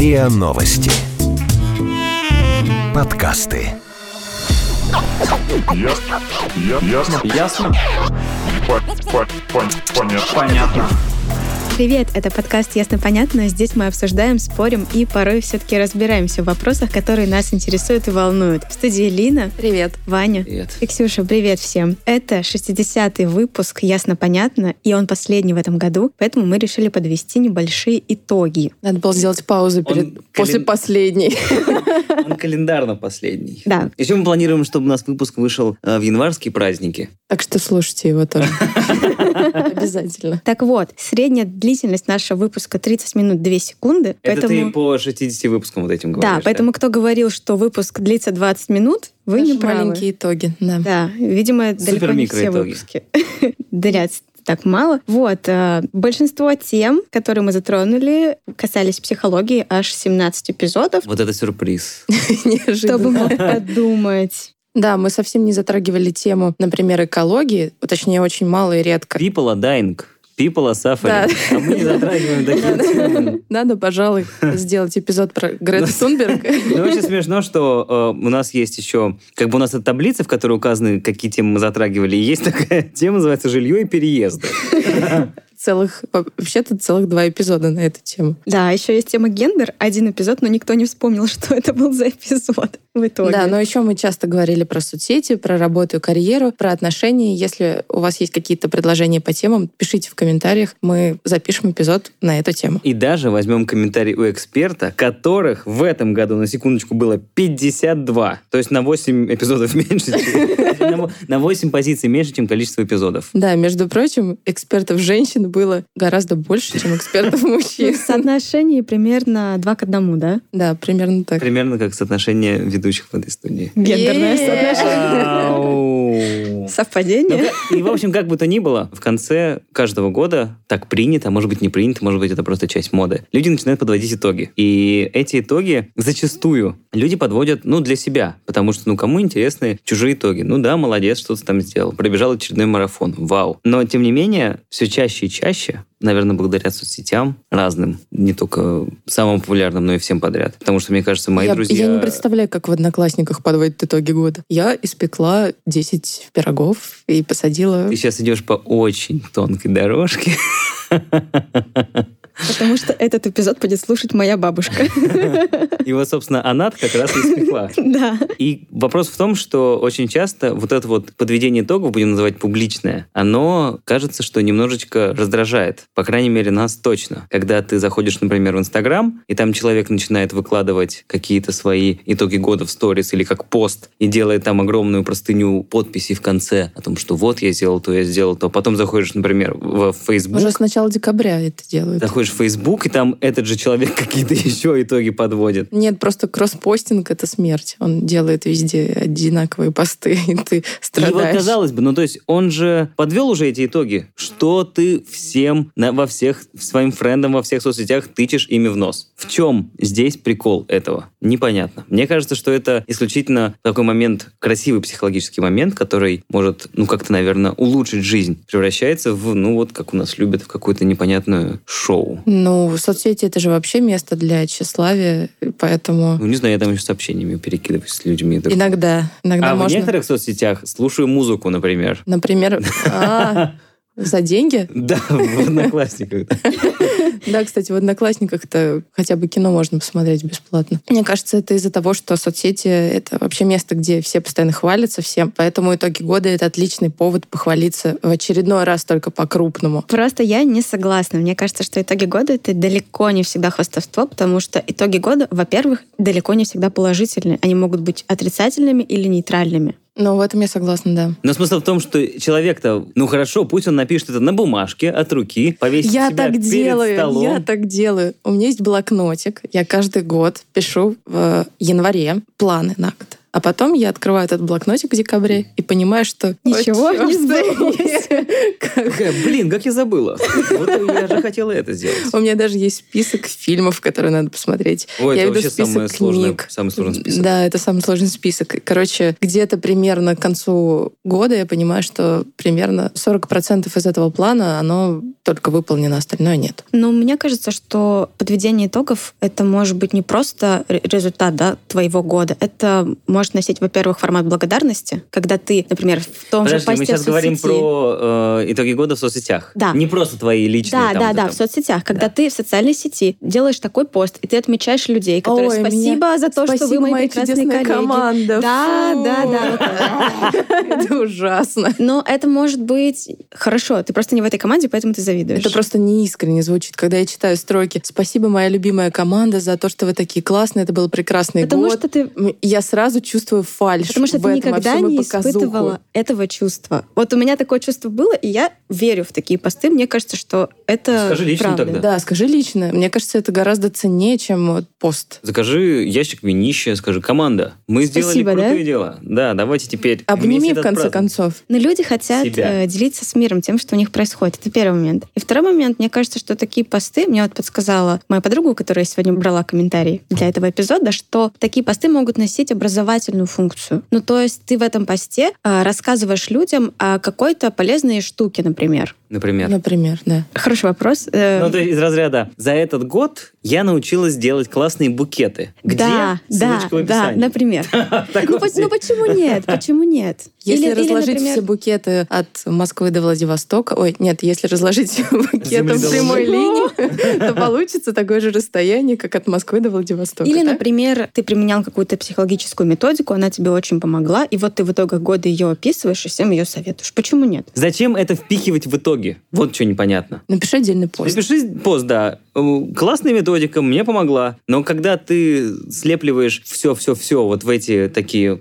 РИА Новости. Подкасты. Ясно. Понятно. Привет, это подкаст «Ясно-понятно». Здесь мы обсуждаем, спорим и порой все-таки разбираемся в вопросах, которые нас интересуют и волнуют. В студии Лина. Привет. Ваня. Привет. И Ксюша. Привет всем. Это 60-й выпуск «Ясно-понятно», и он последний в этом году, поэтому мы решили подвести небольшие итоги. Надо было сделать паузу после последней. Он календарно последний. Да. Еще мы планируем, чтобы у нас выпуск вышел в январские праздники. Так что слушайте его тоже. Обязательно. Так вот, средняя длительность нашего выпуска 30 минут 2 секунды. Это ты по 60 выпускам вот этим говоришь? Да, поэтому кто говорил, что выпуск длится 20 минут, вы не правы. Маленькие итоги, да. Да, видимо, далеко не все выпуски длятся так мало. Вот. Большинство тем, которые мы затронули, касались психологии, аж 17 эпизодов. Вот это сюрприз. Кто бы мог подумать. Да, мы совсем не затрагивали тему, например, экологии, точнее, очень мало и редко. People are dying. People are suffering. А мы не затрагиваем такие темы. Надо, пожалуй, сделать эпизод про Грету Тунберг. Ну, очень смешно, что у нас есть еще... Как бы у нас это таблица, в которой указаны, какие темы мы затрагивали. И есть такая тема, называется «Жилье и переезды». Вообще-то целых 2 эпизода на эту тему. Да, еще есть тема гендер, 1 эпизод, но никто не вспомнил, что это был за эпизод в итоге. Да, но еще мы часто говорили про соцсети, про работу и карьеру, про отношения. Если у вас есть какие-то предложения по темам, пишите в комментариях, мы запишем эпизод на эту тему. И даже возьмем комментарий у эксперта, которых в этом году, на секундочку, было 52. То есть на 8 эпизодов меньше, на 8 позиций меньше, чем количество эпизодов. Да, между прочим, экспертов женщин было гораздо больше, чем экспертов мужчин. В соотношении примерно 2 к 1, да? Да, примерно так. Примерно как соотношение ведущих в этой студии. Гендерное соотношение. Совпадение. И, в общем, как бы то ни было, в конце каждого года так принято, может быть, не принято, может быть, это просто часть моды. Люди начинают подводить итоги. И эти итоги зачастую люди подводят, для себя. Потому что, кому интересны чужие итоги? Да, молодец, что-то там сделал. Пробежал очередной марафон. Вау. Но, тем не менее, все чаще и чаще, наверное, благодаря соцсетям разным, не только самым популярным, но и всем подряд. Потому что, мне кажется, мои друзья... Я не представляю, как в «Одноклассниках» подводят итоги года. Я испекла 10 пирогов и посадила... Ты сейчас идешь по очень тонкой дорожке. Потому что этот эпизод будет слушать моя бабушка. И вот, собственно, она как раз и испекла. Да. И вопрос в том, что очень часто вот это вот подведение итогов, будем называть публичное, оно, кажется, что немножечко раздражает. По крайней мере, нас точно. Когда ты заходишь, например, в Инстаграм, и там человек начинает выкладывать какие-то свои итоги года в сторис или как пост, и делает там огромную простыню подписей в конце о том, что вот я сделал то, я сделал то. Потом заходишь, например, в Facebook. Уже с начала декабря это делают. Заходишь в Facebook, и там этот же человек какие-то еще итоги подводит. Нет, просто кросспостинг — это смерть. Он делает везде одинаковые посты, и ты страдаешь. И вот, казалось бы, то есть он же подвел уже эти итоги. Что ты всем, во всех, своим френдам, во всех соцсетях тычешь ими в нос? В чем здесь прикол этого? Непонятно. Мне кажется, что это исключительно такой момент, красивый психологический момент, который может, как-то, наверное, улучшить жизнь. Превращается в, как у нас любят, в какое-то непонятное шоу. Соцсети — это же вообще место для тщеславия, поэтому... Не знаю, я там еще сообщениями перекидываюсь с людьми. Иногда можно. В некоторых соцсетях слушаю музыку, например. Например, за деньги? Да, в «Одноклассниках». Да, кстати, в «Одноклассниках»-то хотя бы кино можно посмотреть бесплатно. Мне кажется, это из-за того, что соцсети — это вообще место, где все постоянно хвалятся всем, поэтому итоги года — это отличный повод похвалиться в очередной раз только по-крупному. Просто я не согласна. Мне кажется, что итоги года — это далеко не всегда хвастовство, потому что итоги года, во-первых, далеко не всегда положительные. Они могут быть отрицательными или нейтральными. В этом я согласна, да. Но смысл в том, что человек-то, хорошо, пусть он напишет это на бумажке, от руки, повесит себя перед столом. Я так делаю. У меня есть блокнотик. Я каждый год пишу в январе планы на год. А потом я открываю этот блокнотик в декабре и понимаю, что ничего не сбылось. Блин, как я забыла. Вот я же хотела это сделать. У меня даже есть список фильмов, которые надо посмотреть. Ой, я это веду вообще список книг. самый сложный список. Да, это самый сложный список. Короче, где-то примерно к концу года я понимаю, что примерно 40% из этого плана, оно только выполнено, остальное нет. Но мне кажется, что подведение итогов — это может быть не просто результат, да, твоего года. Это может носить, во-первых, формат благодарности, когда ты, например, в том же посте мы сейчас говорим про итоги года в соцсетях. Да. Не просто твои личные. Да, в соцсетях. Когда ты в социальной сити делаешь такой пост, и ты отмечаешь людей, которые спасибо за то, что вы мои прекрасные коллеги. Команда. Да. Это ужасно. Но это может быть хорошо. Ты просто не в этой команде, поэтому ты завидуешь. Это просто неискренне звучит, когда я читаю строки. Спасибо, моя любимая команда, за то, что вы такие классные, это был прекрасный Потому год. Что ты... Я сразу чувствую фальшь. Потому что ты никогда не испытывала этого чувства. Вот у меня такое чувство было, и я верю в такие посты. Мне кажется, что это Скажи лично правда. тогда. Да, скажи лично. Мне кажется, это гораздо ценнее, чем пост. Закажи ящик винища, скажи: команда, мы сделали крутые дела. Да, давайте теперь обними в конце концов. Но люди хотят делиться с миром тем, что у них происходит. Это первый момент. И второй момент, мне кажется, что такие посты, мне вот подсказала моя подруга, которая сегодня брала комментарий для этого эпизода, что такие посты могут носить образовательную функцию. Ну, то есть ты в этом посте рассказываешь людям о какой-то полезной штуке, например. Например, да. Хороший вопрос. Ну, то есть из разряда: за этот год я научилась делать классные букеты. Где? Ссылочка в описании. Да, например. Ну почему нет? Почему нет? Если разложить все букеты от Москвы до Владивостока... Ой, нет, если разложить все букеты в прямой линии, то получится такое же расстояние, как от Москвы до Владивостока. Или, например, ты применял какую-то психологическую методику, она тебе очень помогла, и вот ты в итогах года ее описываешь и всем ее советуешь. Почему нет? Зачем это впихивать в итоге? Вот что непонятно. Напиши отдельный пост. Напиши пост, да. Классная методика, мне помогла. Но когда ты слепливаешь все вот в эти такие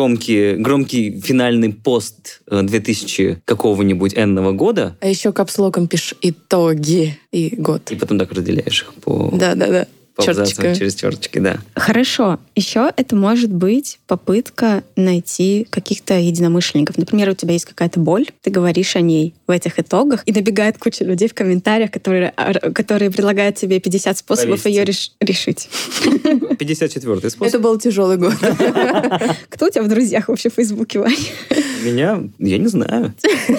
громкий финальный пост 2000 какого-нибудь энного года. А еще капслоком пишешь итоги и год. И потом так разделяешь их по... Да. По абзацам через черточки, да. Хорошо. Еще это может быть попытка найти каких-то единомышленников. Например, у тебя есть какая-то боль, ты говоришь о ней в этих итогах, и набегает куча людей в комментариях, которые предлагают тебе 50 способов ее решить. 54-й способ. Это был тяжелый год. Кто у тебя в друзьях вообще в Фейсбуке, Ваня? Меня? Я не знаю.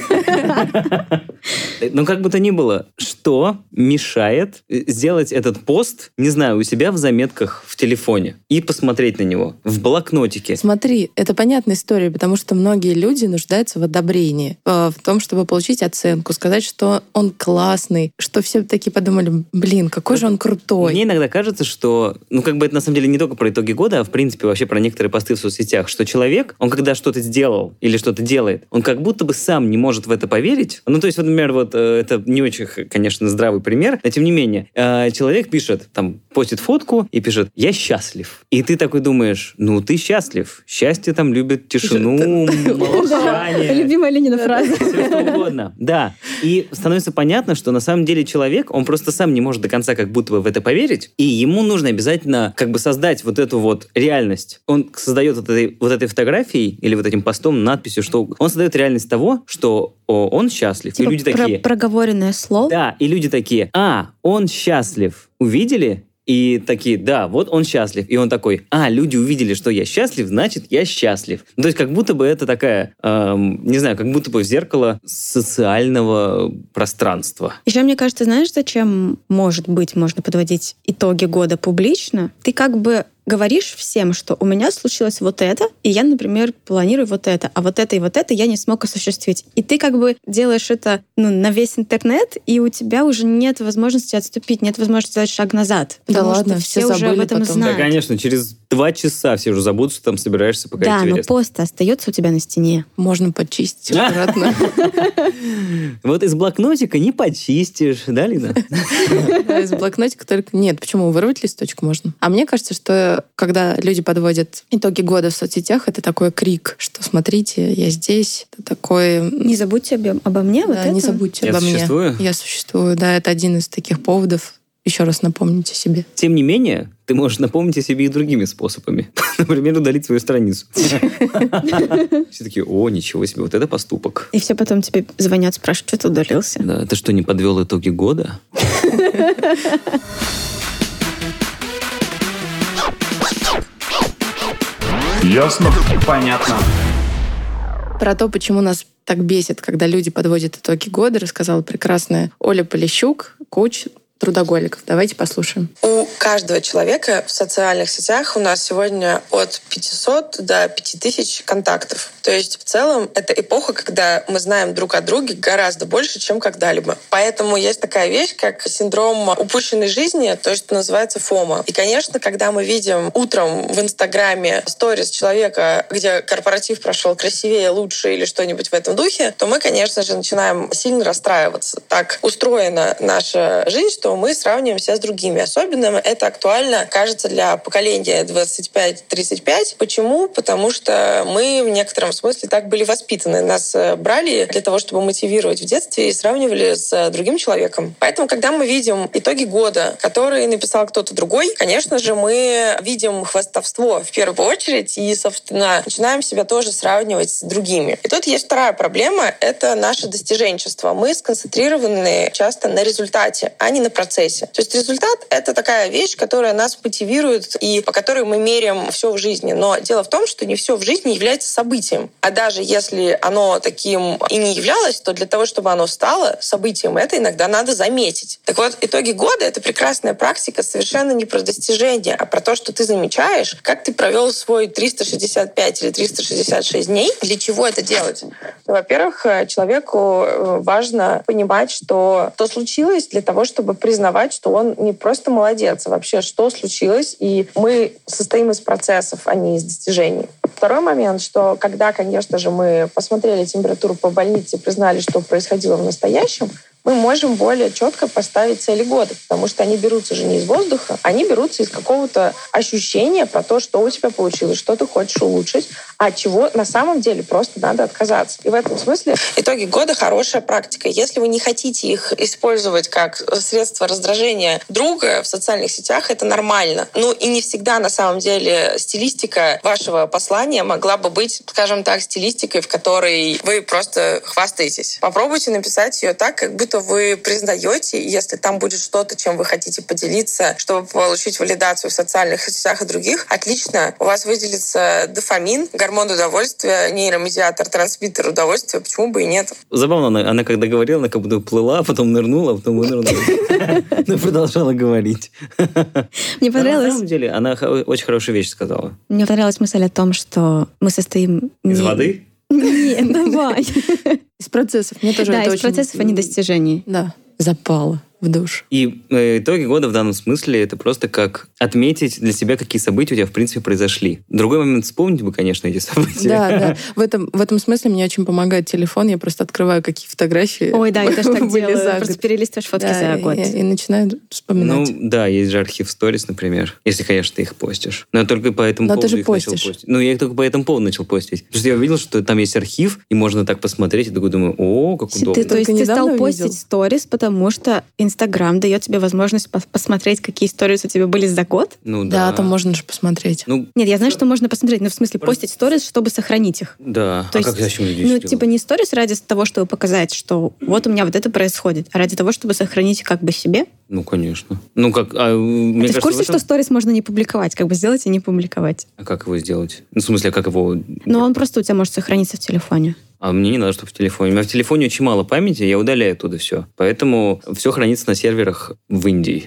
Но как бы то ни было, что мешает сделать этот пост, не знаю, у себя в заметках в телефоне и посмотреть на него в блокнотике? Смотри, это понятная история, потому что многие люди нуждаются в одобрении, в том, чтобы получить оценку, сказать, что он классный, что все такие подумали: блин, какой же он крутой. Мне иногда кажется, что, это на самом деле не только про итоги года, а в принципе вообще про некоторые посты в соцсетях, что человек, он когда что-то сделал или что-то делает, он как будто бы сам не может в это поверить. Ну, то есть, вот, например, это не очень, конечно, здравый пример, но тем не менее, человек пишет, постит фотку и пишет: я счастлив. И ты такой думаешь: ну, ты счастлив. Счастье любит тишину, молчание. Любимая Ленина фраза. Все что угодно. Да. И становится понятно, что на самом деле человек, он просто сам не может до конца как будто бы в это поверить, и ему нужно обязательно создать вот эту вот реальность. Он создает вот этой фотографией или вот этим постом, надписью, что он создает реальность того, что он счастлив. И люди такие... Проговоренное слово. Да, и люди такие: он счастлив. Увидели? И такие: да, вот он счастлив. И он такой: люди увидели, что я счастлив, значит, я счастлив. То есть как будто бы это такая, не знаю, как будто бы зеркало социального пространства. Еще мне кажется, знаешь, зачем, может быть, можно подводить итоги года публично? Ты говоришь всем, что у меня случилось вот это, и я, например, планирую вот это, а вот это и вот это я не смог осуществить. И ты делаешь это на весь интернет, и у тебя уже нет возможности отступить, нет возможности сделать шаг назад. Да ладно, что все уже об этом потом знают. Да, конечно, через 2 часа все уже забудут, что там собираешься покорить Эверест. Да, но пост остается у тебя на стене. Можно почистить аккуратно. Вот из блокнотика не почистишь, да, Лина? Из блокнотика только... Нет, почему? Вырвать листочек можно. А мне кажется, что когда люди подводят итоги года в соцсетях, это такой крик, что смотрите, я здесь. Это такое... Не забудьте обо мне. Да, не забудьте обо мне. Я существую? Я существую, да. Это один из таких поводов еще раз напомнить о себе. Тем не менее, ты можешь напомнить о себе и другими способами. Например, удалить свою страницу. Все такие: о, ничего себе, вот это поступок. И все потом тебе звонят, спрашивают, что ты удалился. Да, ты что, не подвел итоги года? Ясно? Понятно. Про то, почему нас так бесит, когда люди подводят итоги года, рассказала прекрасная Оля Полищук, коуч трудоголиков. Давайте послушаем. У каждого человека в социальных сетях у нас сегодня от 500 до 5000 контактов. То есть в целом это эпоха, когда мы знаем друг о друге гораздо больше, чем когда-либо. Поэтому есть такая вещь, как синдром упущенной жизни, то, что называется фома. И, конечно, когда мы видим утром в Инстаграме сторис человека, где корпоратив прошел красивее, лучше или что-нибудь в этом духе, то мы, конечно же, начинаем сильно расстраиваться. Так устроена наша жизнь, что мы сравниваем себя с другими. Особенно это актуально, кажется, для поколения 25-35. Почему? Потому что мы в некотором смысле так были воспитаны. Нас брали для того, чтобы мотивировать в детстве и сравнивали с другим человеком. Поэтому, когда мы видим итоги года, которые написал кто-то другой, конечно же, мы видим хвастовство в первую очередь и, собственно, начинаем себя тоже сравнивать с другими. И тут есть вторая проблема — это наше достиженчество. Мы сконцентрированы часто на результате, а не на процессе. То есть результат — это такая вещь, которая нас мотивирует и по которой мы меряем все в жизни. Но дело в том, что не все в жизни является событием. А даже если оно таким и не являлось, то для того, чтобы оно стало событием, это иногда надо заметить. Так вот, итоги года — это прекрасная практика совершенно не про достижения, а про то, что ты замечаешь, как ты провел свой 365 или 366 дней. Для чего это делать? Во-первых, человеку важно понимать, что случилось, для того, чтобы признавать, что он не просто молодец, а вообще что случилось, и мы состоим из процессов, а не из достижений. Второй момент, что когда, конечно же, мы посмотрели температуру по больнице и признали, что происходило в настоящем, мы можем более четко поставить цели года, потому что они берутся же не из воздуха, они берутся из какого-то ощущения про то, что у тебя получилось, что ты хочешь улучшить, а от чего на самом деле просто надо отказаться. И в этом смысле итоги года — хорошая практика. Если вы не хотите их использовать как средство раздражения друга в социальных сетях, это нормально. Ну и не всегда на самом деле стилистика вашего послания могла бы быть, скажем так, стилистикой, в которой вы просто хвастаетесь. Попробуйте написать ее так, как будто вы признаете, если там будет что-то, чем вы хотите поделиться, чтобы получить валидацию в социальных сетях и других, отлично. У вас выделится дофамин, гормон удовольствия, нейромедиатор, трансмиттер удовольствия. Почему бы и нет? Забавно, она когда говорила, она как будто плыла, потом нырнула, потом вынырнула. Но продолжала говорить. Мне понравилось... На самом деле, она очень хорошую вещь сказала. Мне понравилась мысль о том, что мы состоим... Из воды? Нет, давай. Из процессов. Мне тоже это из очень... процессов, а не достижений. Да, запало в душу. И итоги года в данном смысле это просто как отметить для себя, какие события у тебя в принципе произошли. Другой момент — вспомнить бы, конечно, эти события. Да. В этом смысле мне очень помогает телефон. Я просто открываю какие фотографии. Ой, да, я тоже так были делаю. Просто перелистываешь фотки за год. И начинаю вспоминать. Ну, да, есть же архив сторис, например. Если, конечно, ты их постишь. Но я только по этому поводу ты же их начал постишь. постить. Ну, я их только по этому поводу начал постить. Потому что я увидел, что там есть архив, и можно так посмотреть, и такой думаю: о, как удобно. То есть ты стал постить сторис, потому что Инстаграм дает тебе возможность посмотреть, какие сторис у тебя были за год? Ну да. Да, там можно же посмотреть. Ну, нет, я знаю, что можно посмотреть, но в смысле постить сторис, чтобы сохранить их. Да. То есть, как зачем люди ну, делают? типа не сторис ради того, чтобы показать, что вот у меня вот это происходит, а ради того, чтобы сохранить как бы себе. Ну, конечно. Ну, как... мне ты кажется, в курсе, что сторис можно не публиковать? Как бы сделать и не публиковать? А как его сделать? Ну, в смысле, а как его... Ну, он просто у тебя может сохраниться в телефоне. А мне не надо, чтобы в телефоне. У меня в телефоне очень мало памяти, я удаляю оттуда все. Поэтому все хранится на серверах в Индии.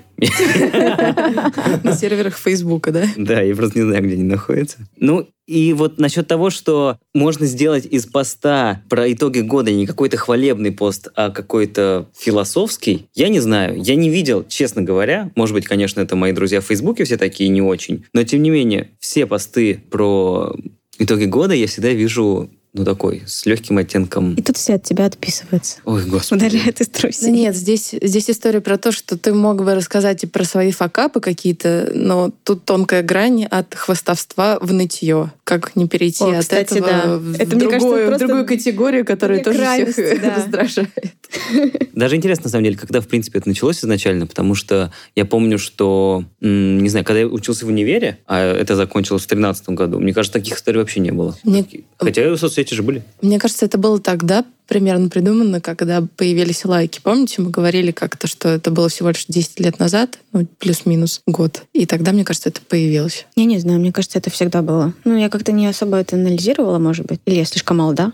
На серверах Фейсбука, да? Да, я просто не знаю, где они находятся. Ну, и вот насчет того, что можно сделать из поста про итоги года не какой-то хвалебный пост, а какой-то философский, я не знаю. Я не видел, честно говоря. Может быть, конечно, это мои друзья в Фейсбуке все такие не очень. Но, тем не менее, все посты про итоги года я всегда вижу... Ну, такой, с легким оттенком. И тут все от тебя отписываются. Ой, господи. Удаляют из друзей. Да нет, здесь история про то, что ты мог бы рассказать и про свои факапы какие-то, но тут тонкая грань от хвастовства в нытье. как не перейти О, от кстати, этого да. в Это, мне кажется, в просто другую категорию, которая две тоже крайности, всех да. раздражает. Даже интересно, на самом деле, когда, в принципе, это началось изначально, потому что я помню, что, не знаю, когда я учился в универе, а это закончилось в 2013 году, мне кажется, таких историй вообще не было. Хотя соцсети же были. Мне кажется, это было тогда примерно придумано, когда появились лайки. Помните, мы говорили как-то, что это было всего лишь 10 лет назад, ну, плюс-минус год. И тогда, мне кажется, это появилось. Я не знаю, мне кажется, это всегда было. Ну, я как-то не особо это анализировала, может быть. Или я слишком молода.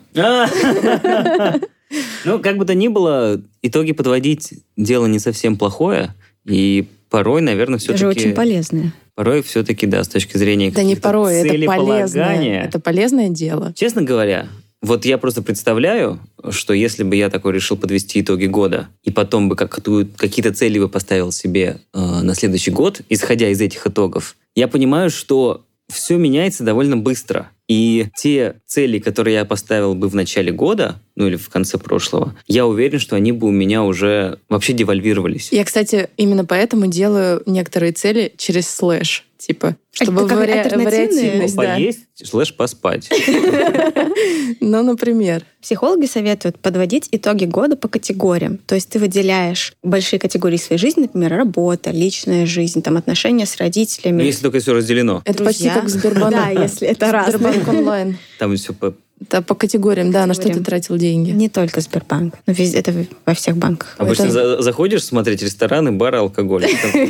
Ну, как бы то ни было, итоги подводить дело не совсем плохое, и порой, наверное, все-таки... Даже очень полезное. Порой все-таки, да, с точки зрения Да не порой, это полезное. целеполагания. Это полезное дело. Честно говоря, вот я просто представляю, что если бы я такой решил подвести итоги года, и потом бы какие-то цели бы поставил себе на следующий год, исходя из этих итогов, я понимаю, что все меняется довольно быстро. И те цели, которые я поставил бы в начале года, ну или в конце прошлого, я уверен, что они бы у меня уже вообще девальвировались. Я, кстати, именно поэтому делаю некоторые цели через слэш. Типа, чтобы Это как альтернативные? вариативность, да. Поесть / поспать. Ну, например. Психологи советуют подводить итоги года по категориям. То есть ты выделяешь большие категории своей жизни, например, работа, личная жизнь, там, отношения с родителями. Ну, если только все разделено. Это Друзья. почти как Сбербанк. Да, если это разное. Сбербанк онлайн. Там все по... Да, по категориям, да, на что ты Категориям. тратил деньги. Не только Сбербанк. Но везде, это во всех банках. Обычно заходишь смотреть рестораны, бары, алкоголь.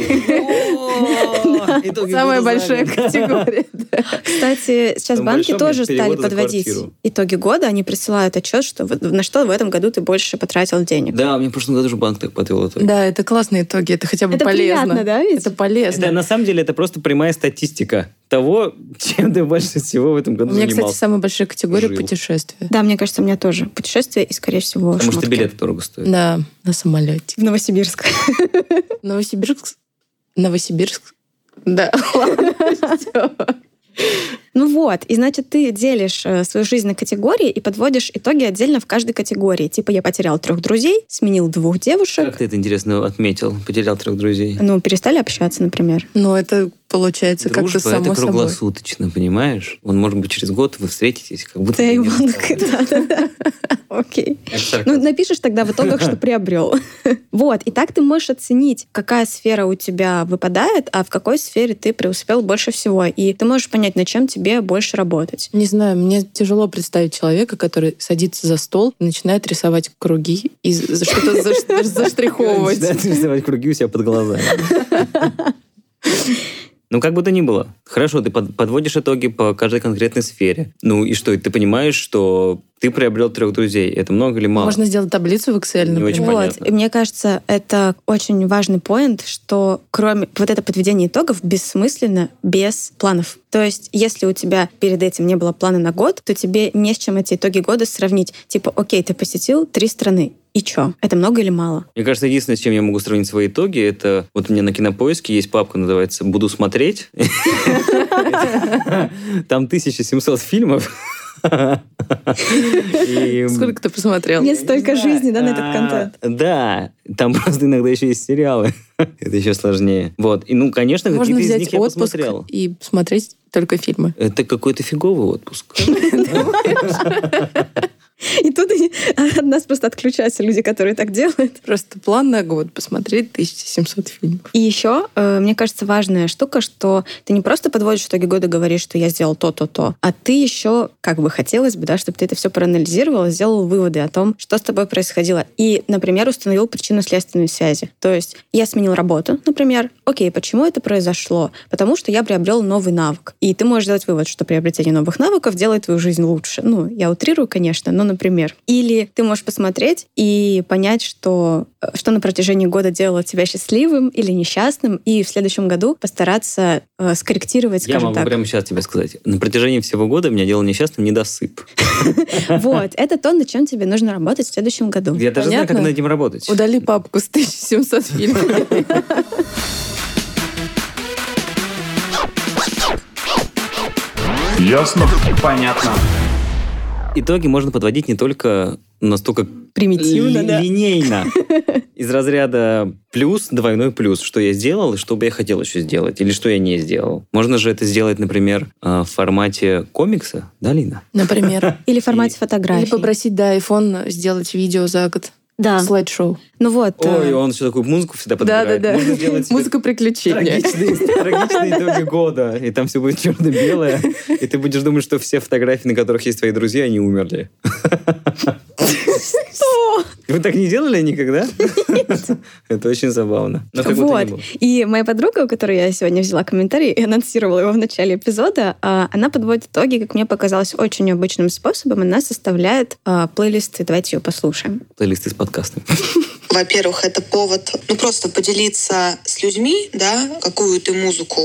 Самая большая категория. Кстати, сейчас Там банки большой, тоже блин, стали переводы за подводить квартиру. итоги года. Они присылают отчет, что на что в этом году ты больше потратил денег. Да, мне в прошлом году же банк так подвел итоги. Да, это классные итоги, это хотя бы Это полезно. приятно, да, ведь? Это полезно. На самом деле, это просто прямая статистика того, чем ты больше всего в этом У году меня, кстати, занимался. самая большая категория Жил. путешествия. Да, мне кажется, у меня тоже путешествия и, скорее всего, Потому что шмотки. билеты дорого стоят. Да, на самолете. В Новосибирск. Новосибирск. Да, ладно, всё. Ну вот, и значит, ты делишь свою жизнь на категории и подводишь итоги отдельно в каждой категории. Типа я потерял 3 друзей, сменил 2 девушек. Как ты это интересно отметил? Потерял 3 друзей. Ну, перестали общаться, например. Ну, это получается как-то Дружба — само это собой. круглосуточно, понимаешь? Он, может быть, через год вы встретитесь, как будто... Ты бы не его... расстались. Да-да-да. Окей. Это сарказм. Ну, напишешь тогда в итогах, что приобрел. Вот. И так ты можешь оценить, какая сфера у тебя выпадает, а в какой сфере ты преуспел больше всего. И ты можешь понять, над чем тебе больше работать. Не знаю, мне тяжело представить человека, который садится за стол и начинает рисовать круги и что-то заштриховывать. Начинает рисовать круги у себя под глазами. Ну, как бы то ни было. Хорошо, ты подводишь итоги по каждой конкретной сфере. Ну и что, ты понимаешь, что ты приобрел 3 друзей. Это много или мало? Можно сделать таблицу в Excel, Не очень например. понятно. Вот. И мне кажется, это очень важный поинт, что кроме вот это подведение итогов бессмысленно без планов. То есть, если у тебя перед этим не было плана на год, то тебе не с чем эти итоги года сравнить. Типа, окей, ты посетил 3 страны. И чё? Это много или мало? Мне кажется, единственное, с чем я могу сравнить свои итоги, это вот у меня на Кинопоиске есть папка, называется «Буду смотреть». Там 1700 фильмов. И- Сколько ты посмотрел? Нет столько жизни, да, на этот контент. Да, там просто иногда еще есть сериалы. Это еще сложнее. Вот. И, ну, конечно, Можно какие-то из взять них я отпуск посмотрел. и смотреть только фильмы. Это какой-то фиговый отпуск. И тут от нас просто отключаются люди, которые так делают. Просто план на год посмотреть 1700 фильмов. И еще, мне кажется, важная штука, что ты не просто подводишь итоги года, говоришь, что я сделал то, а ты еще, как бы хотелось бы, да, чтобы ты это все проанализировал, сделал выводы о том, что с тобой происходило. И, например, установил причинно-следственные связи. То есть я сменил работу, например. Окей, почему это произошло? Потому что я приобрел новый навык. И ты можешь сделать вывод, что приобретение новых навыков делает твою жизнь лучше. Ну, я утрирую, конечно, но, например. Или ты можешь посмотреть и понять, что на протяжении года делало тебя счастливым или несчастным, и в следующем году постараться скорректировать, Я скажем могу так. прямо сейчас тебе сказать. На протяжении всего года меня делал несчастным недосып. Вот, это то, над чем тебе нужно работать в следующем году. Я даже знаю, как Понятно? над этим работать. Удали папку с 1700 фильмов. Ясно? Понятно. Итоги можно подводить не только настолько примитивно, да. Линейно. Из разряда плюс, двойной плюс. Что я сделал и что бы я хотел еще сделать. Или что я не сделал. Можно же это сделать, например, в формате комикса. Да, Лина? Например. Или в формате фотографии. Или попросить, да, iPhone сделать видео за год. Да. Слайд-шоу. Ну вот. Ой, он еще такую музыку всегда подбирает. Да. Можно сделать себе Музыка приключения. трагичные итоги года. И там все будет черно-белое. И ты будешь думать, что все фотографии, на которых есть твои друзья, они умерли. Что? Вы так не делали никогда? Это очень забавно. Но как будто не Вот. было. И моя подруга, у которой я сегодня взяла комментарий и анонсировала его в начале эпизода, она подводит итоги, как мне показалось, очень необычным способом. Она составляет плейлисты. Давайте ее послушаем. Плейлисты с подкастами. Во-первых, это повод, просто поделиться с людьми, да, какую ты музыку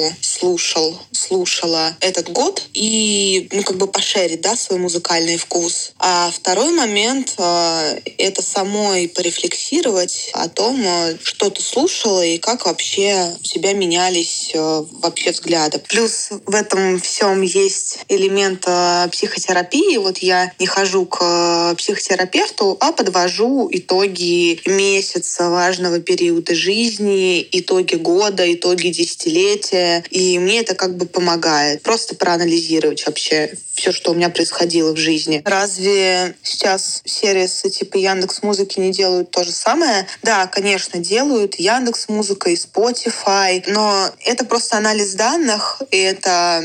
слушала этот год и, пошерить, да, свой музыкальный вкус. А второй момент — это самой порефлексировать о том, что ты слушала и как вообще у тебя менялись вообще взгляды. Плюс в этом всем есть элемент психотерапии. Вот я не хожу к психотерапевту, а подвожу итоги месяца важного периода жизни, итоги года, итоги десятилетия. И мне это помогает. Просто проанализировать вообще все, что у меня происходило в жизни. Разве сейчас сервисы типа Яндекс.Музыки не делают то же самое? Да, конечно, делают. Яндекс.Музыка и Spotify. Но это просто анализ данных, и это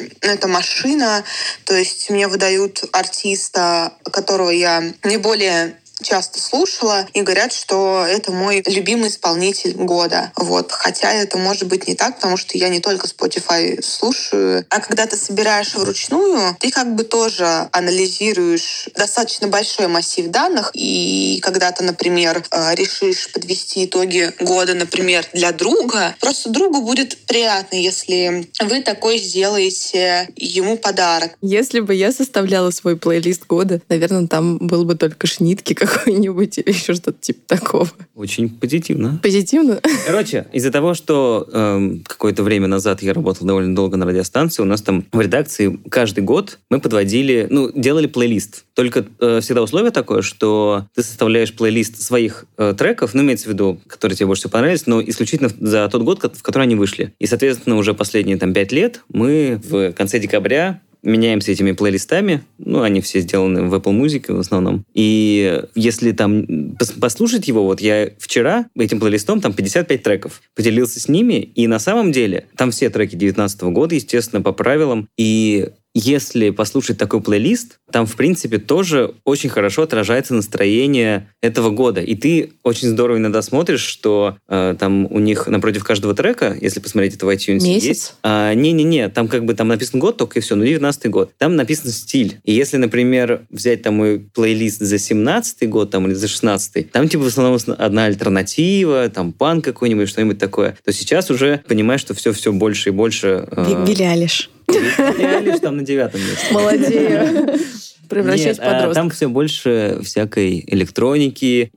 машина. То есть мне выдают артиста, которого я наиболее часто слушала, и говорят, что это мой любимый исполнитель года. Вот. Хотя это может быть не так, потому что я не только Spotify слушаю. А когда ты собираешь вручную, ты тоже анализируешь достаточно большой массив данных. И когда ты, например, решишь подвести итоги года, например, для друга, просто другу будет приятно, если вы такой сделаете ему подарок. Если бы я составляла свой плейлист года, наверное, там был бы только Шнитки какой-нибудь или еще что-то типа такого. Очень позитивно. Позитивно? Короче, из-за того, что какое-то время назад я работал довольно долго на радиостанции, у нас там в редакции каждый год мы подводили, делали плейлист. Только всегда условие такое, что ты составляешь плейлист своих треков, имеется в виду, которые тебе больше всего понравились, но исключительно за тот год, в который они вышли. И, соответственно, уже последние 5 лет мы в конце декабря меняемся этими плейлистами. Они все сделаны в Apple Music в основном. И если там послушать его, я вчера этим плейлистом 55 треков поделился с ними, и на самом деле там все треки 2019 года, естественно, по правилам. И если послушать такой плейлист, там, в принципе, тоже очень хорошо отражается настроение этого года. И ты очень здорово иногда смотришь, что там у них напротив каждого трека, если посмотреть это в iTunes, месяц? Есть... там там написан год только и все, 19-й год. Там написан стиль. И если, например, взять там мой плейлист за 17-й год или за 16-й, там в основном одна альтернатива, там панк какой-нибудь, что-нибудь такое, то сейчас уже понимаешь, что все больше и больше... Билли Айлиш. Билли Айлиш там на 9-м месте. Молодею. Превращать в подростка. Там все больше всякой электроники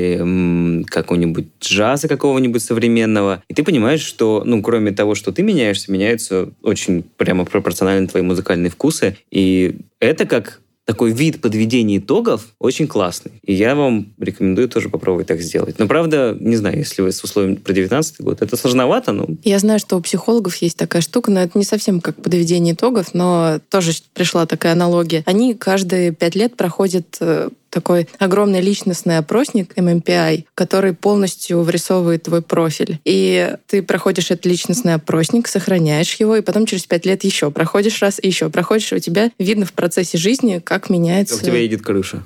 или какого-нибудь джаза какого-нибудь современного. И ты понимаешь, что, кроме того, что ты меняешься, меняются очень прямо пропорционально твои музыкальные вкусы. И это как такой вид подведения итогов очень классный. И я вам рекомендую тоже попробовать так сделать. Но, правда, не знаю, если вы с условием про 19-й год, это сложновато, но... Я знаю, что у психологов есть такая штука, но это не совсем как подведение итогов, но тоже пришла такая аналогия. Они каждые 5 лет проходят такой огромный личностный опросник MMPI, который полностью вырисовывает твой профиль. И ты проходишь этот личностный опросник, сохраняешь его, и потом через 5 лет еще проходишь раз, и еще проходишь, и у тебя видно в процессе жизни, как меняется... Как у тебя едет крыша.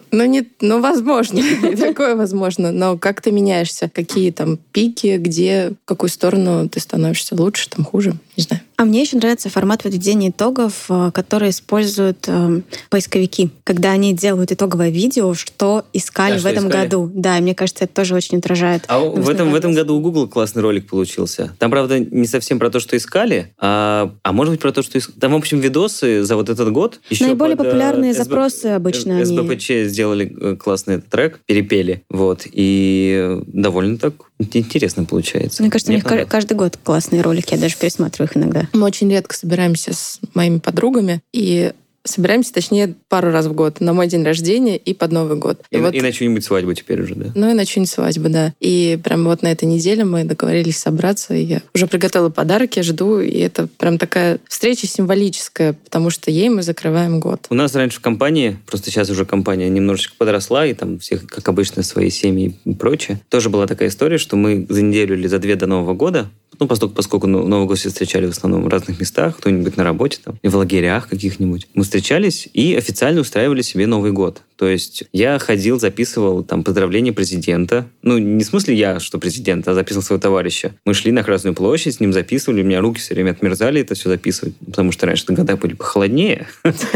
Возможно, и такое возможно, но как ты меняешься, какие там пики, где, в какую сторону ты становишься лучше, там хуже, не знаю. А мне еще нравится формат подведения итогов, который используют поисковики, когда они делают итоговое видео, что искали в этом году. Да, и мне кажется, это тоже очень отражает. А в этом году у Google классный ролик получился. Там, правда, не совсем про то, что искали, а может быть про то, что искали. Там, в общем, видосы за вот этот год. Еще наиболее популярные запросы обычно они... СБПЧ сделали классный этот трек, перепели. И довольно так интересно получается. Мне кажется, у них каждый год классные ролики, я даже пересматриваю их иногда. Мы очень редко собираемся с моими подругами, и собираемся, точнее, пару раз в год. На мой день рождения и под Новый год. И на что-нибудь свадьбу теперь уже, да? Ну и на что-нибудь свадьбу, да. И прямо вот на этой неделе мы договорились собраться, и я уже приготовила подарок, я жду, и это прям такая встреча символическая, потому что ей мы закрываем год. У нас раньше в компании, просто сейчас уже компания немножечко подросла, и там всех, как обычно, свои семьи и прочее. Тоже была такая история, что мы за неделю или за две до Нового года, ну, поскольку Новый год все встречали в основном в разных местах, кто-нибудь на работе там, и в лагерях каких-нибудь, мы встречались и официально устраивали себе Новый год. То есть я ходил, записывал там поздравления президента. Ну, не в смысле я, что президент, а записывал своего товарища. Мы шли на Красную площадь, с ним записывали, у меня руки все время отмерзали это все записывать, потому что раньше года были похолоднее.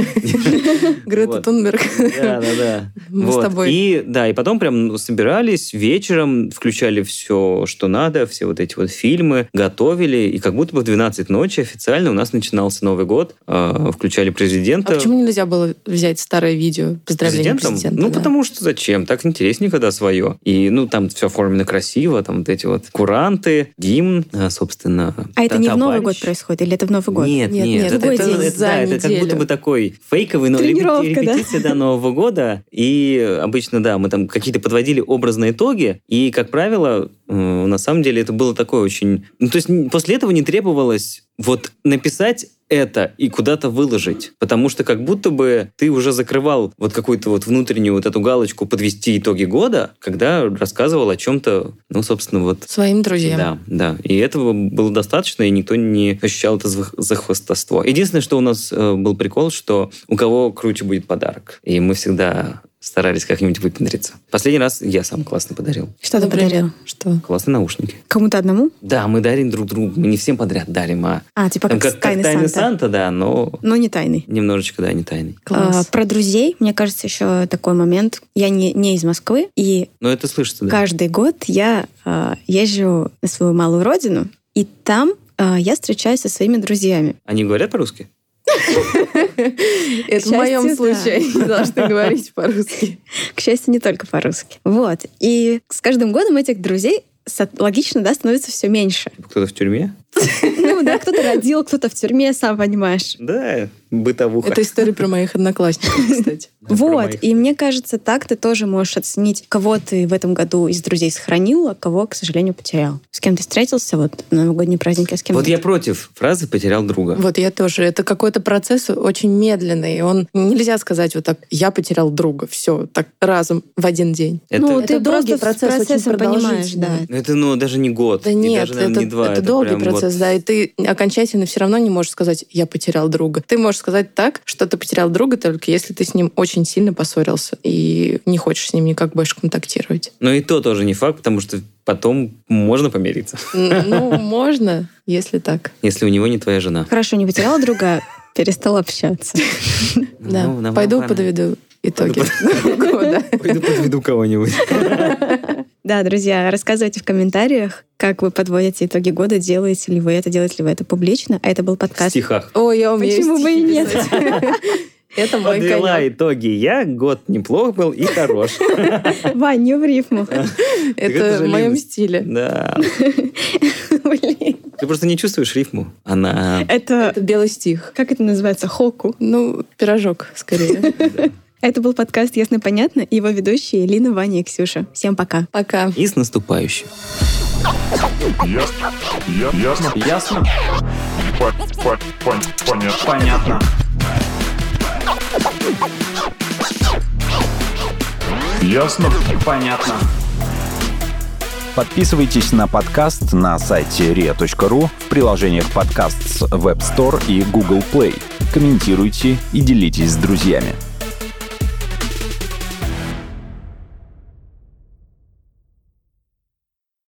Грета Тунберг. Да. Мы с тобой. И потом прям собирались вечером, включали все, что надо, все вот эти вот фильмы, готовили, и как будто бы в 12 ночи официально у нас начинался Новый год, включали президента. А почему нельзя было взять старое видео поздравления президента? Ну, потому что зачем? Так интереснее, когда свое. И, там все оформлено красиво, там вот эти вот куранты, гимн, собственно. А это не в Новый год происходит? Или это в Новый год? Нет. Это как будто бы такой фейковый, но репетиция до Нового года. И обычно, да, мы там какие-то подводили образные итоги. И, как правило, на самом деле это было такое очень... то есть после этого не требовалось вот написать это и куда-то выложить. Потому что как будто бы ты уже закрывал вот какую-то вот внутреннюю вот эту галочку «подвести итоги года», когда рассказывал о чем-то, собственно, вот... Своим друзьям. Да. И этого было достаточно, и никто не ощущал это за хвастовство. Единственное, что у нас был прикол, что у кого круче будет подарок. И мы всегда старались как-нибудь выпендриться. Последний раз я сам классно подарил. Что ты подарил? Что? Классные наушники. Кому-то одному? Да, мы дарим друг другу. Мы не всем подряд дарим, типа как тайный Санта, да, но не тайный. Немножечко, да, не тайный. Класс. Про друзей, мне кажется, еще такой момент. Я не из Москвы, и но это слышится, да. Каждый год я езжу на свою малую родину, и там я встречаюсь со своими друзьями. Они говорят по-русски? Это в моем случае они должны говорить по-русски. К счастью, не только по-русски. Вот. И с каждым годом этих друзей логично, да, становится все меньше. Кто-то в тюрьме? Ну да, кто-то родил, кто-то в тюрьме, сам понимаешь. Да, бытовуха. Это история про моих одноклассников, кстати. Вот, и мне кажется, так ты тоже можешь оценить, кого ты в этом году из друзей сохранил, а кого, к сожалению, потерял. С кем ты встретился вот на новогодние праздники, а с кем Вот я против фразы «потерял друга». Вот я тоже. Это какой-то процесс очень медленный. Нельзя сказать вот так «я потерял друга». Все, так разом в один день. Ты долгий процесс, очень понимаешь, да. Это, даже не год. Да нет, даже, не два. Это долгий процесс, да. И ты окончательно все равно не можешь сказать «я потерял друга». Ты можешь сказать так, что ты потерял друга только если ты с ним очень сильно поссорился и не хочешь с ним никак больше контактировать. Но и то тоже не факт, потому что потом можно помириться. Можно, если так. Если у него не твоя жена. Хорошо, не потеряла друга, перестала общаться. Да, пойду подведу итоги года. Пойду подведу кого-нибудь. Да, друзья, рассказывайте в комментариях, как вы подводите итоги года, делаете ли вы это публично. А это был подкаст. В стихах. Ой, я умею Почему бы и нет? Это мой Подвела конек. итоги я, год неплох был и хорош. Вань, не в рифму. Это в моем стиле. Да. Блин. Ты просто не чувствуешь рифму. Она... Это, белый стих. как это называется, хоку. Пирожок, скорее. Это был подкаст «Ясно-понятно» и его ведущие Лина, Ваня и Ксюша. Всем пока. Пока. И с наступающим. Ясно? Понятно. Ясно? Понятно. Подписывайтесь на подкаст на сайте ria.ru, в приложениях подкаст с Web Store и Google Play. Комментируйте и делитесь с друзьями.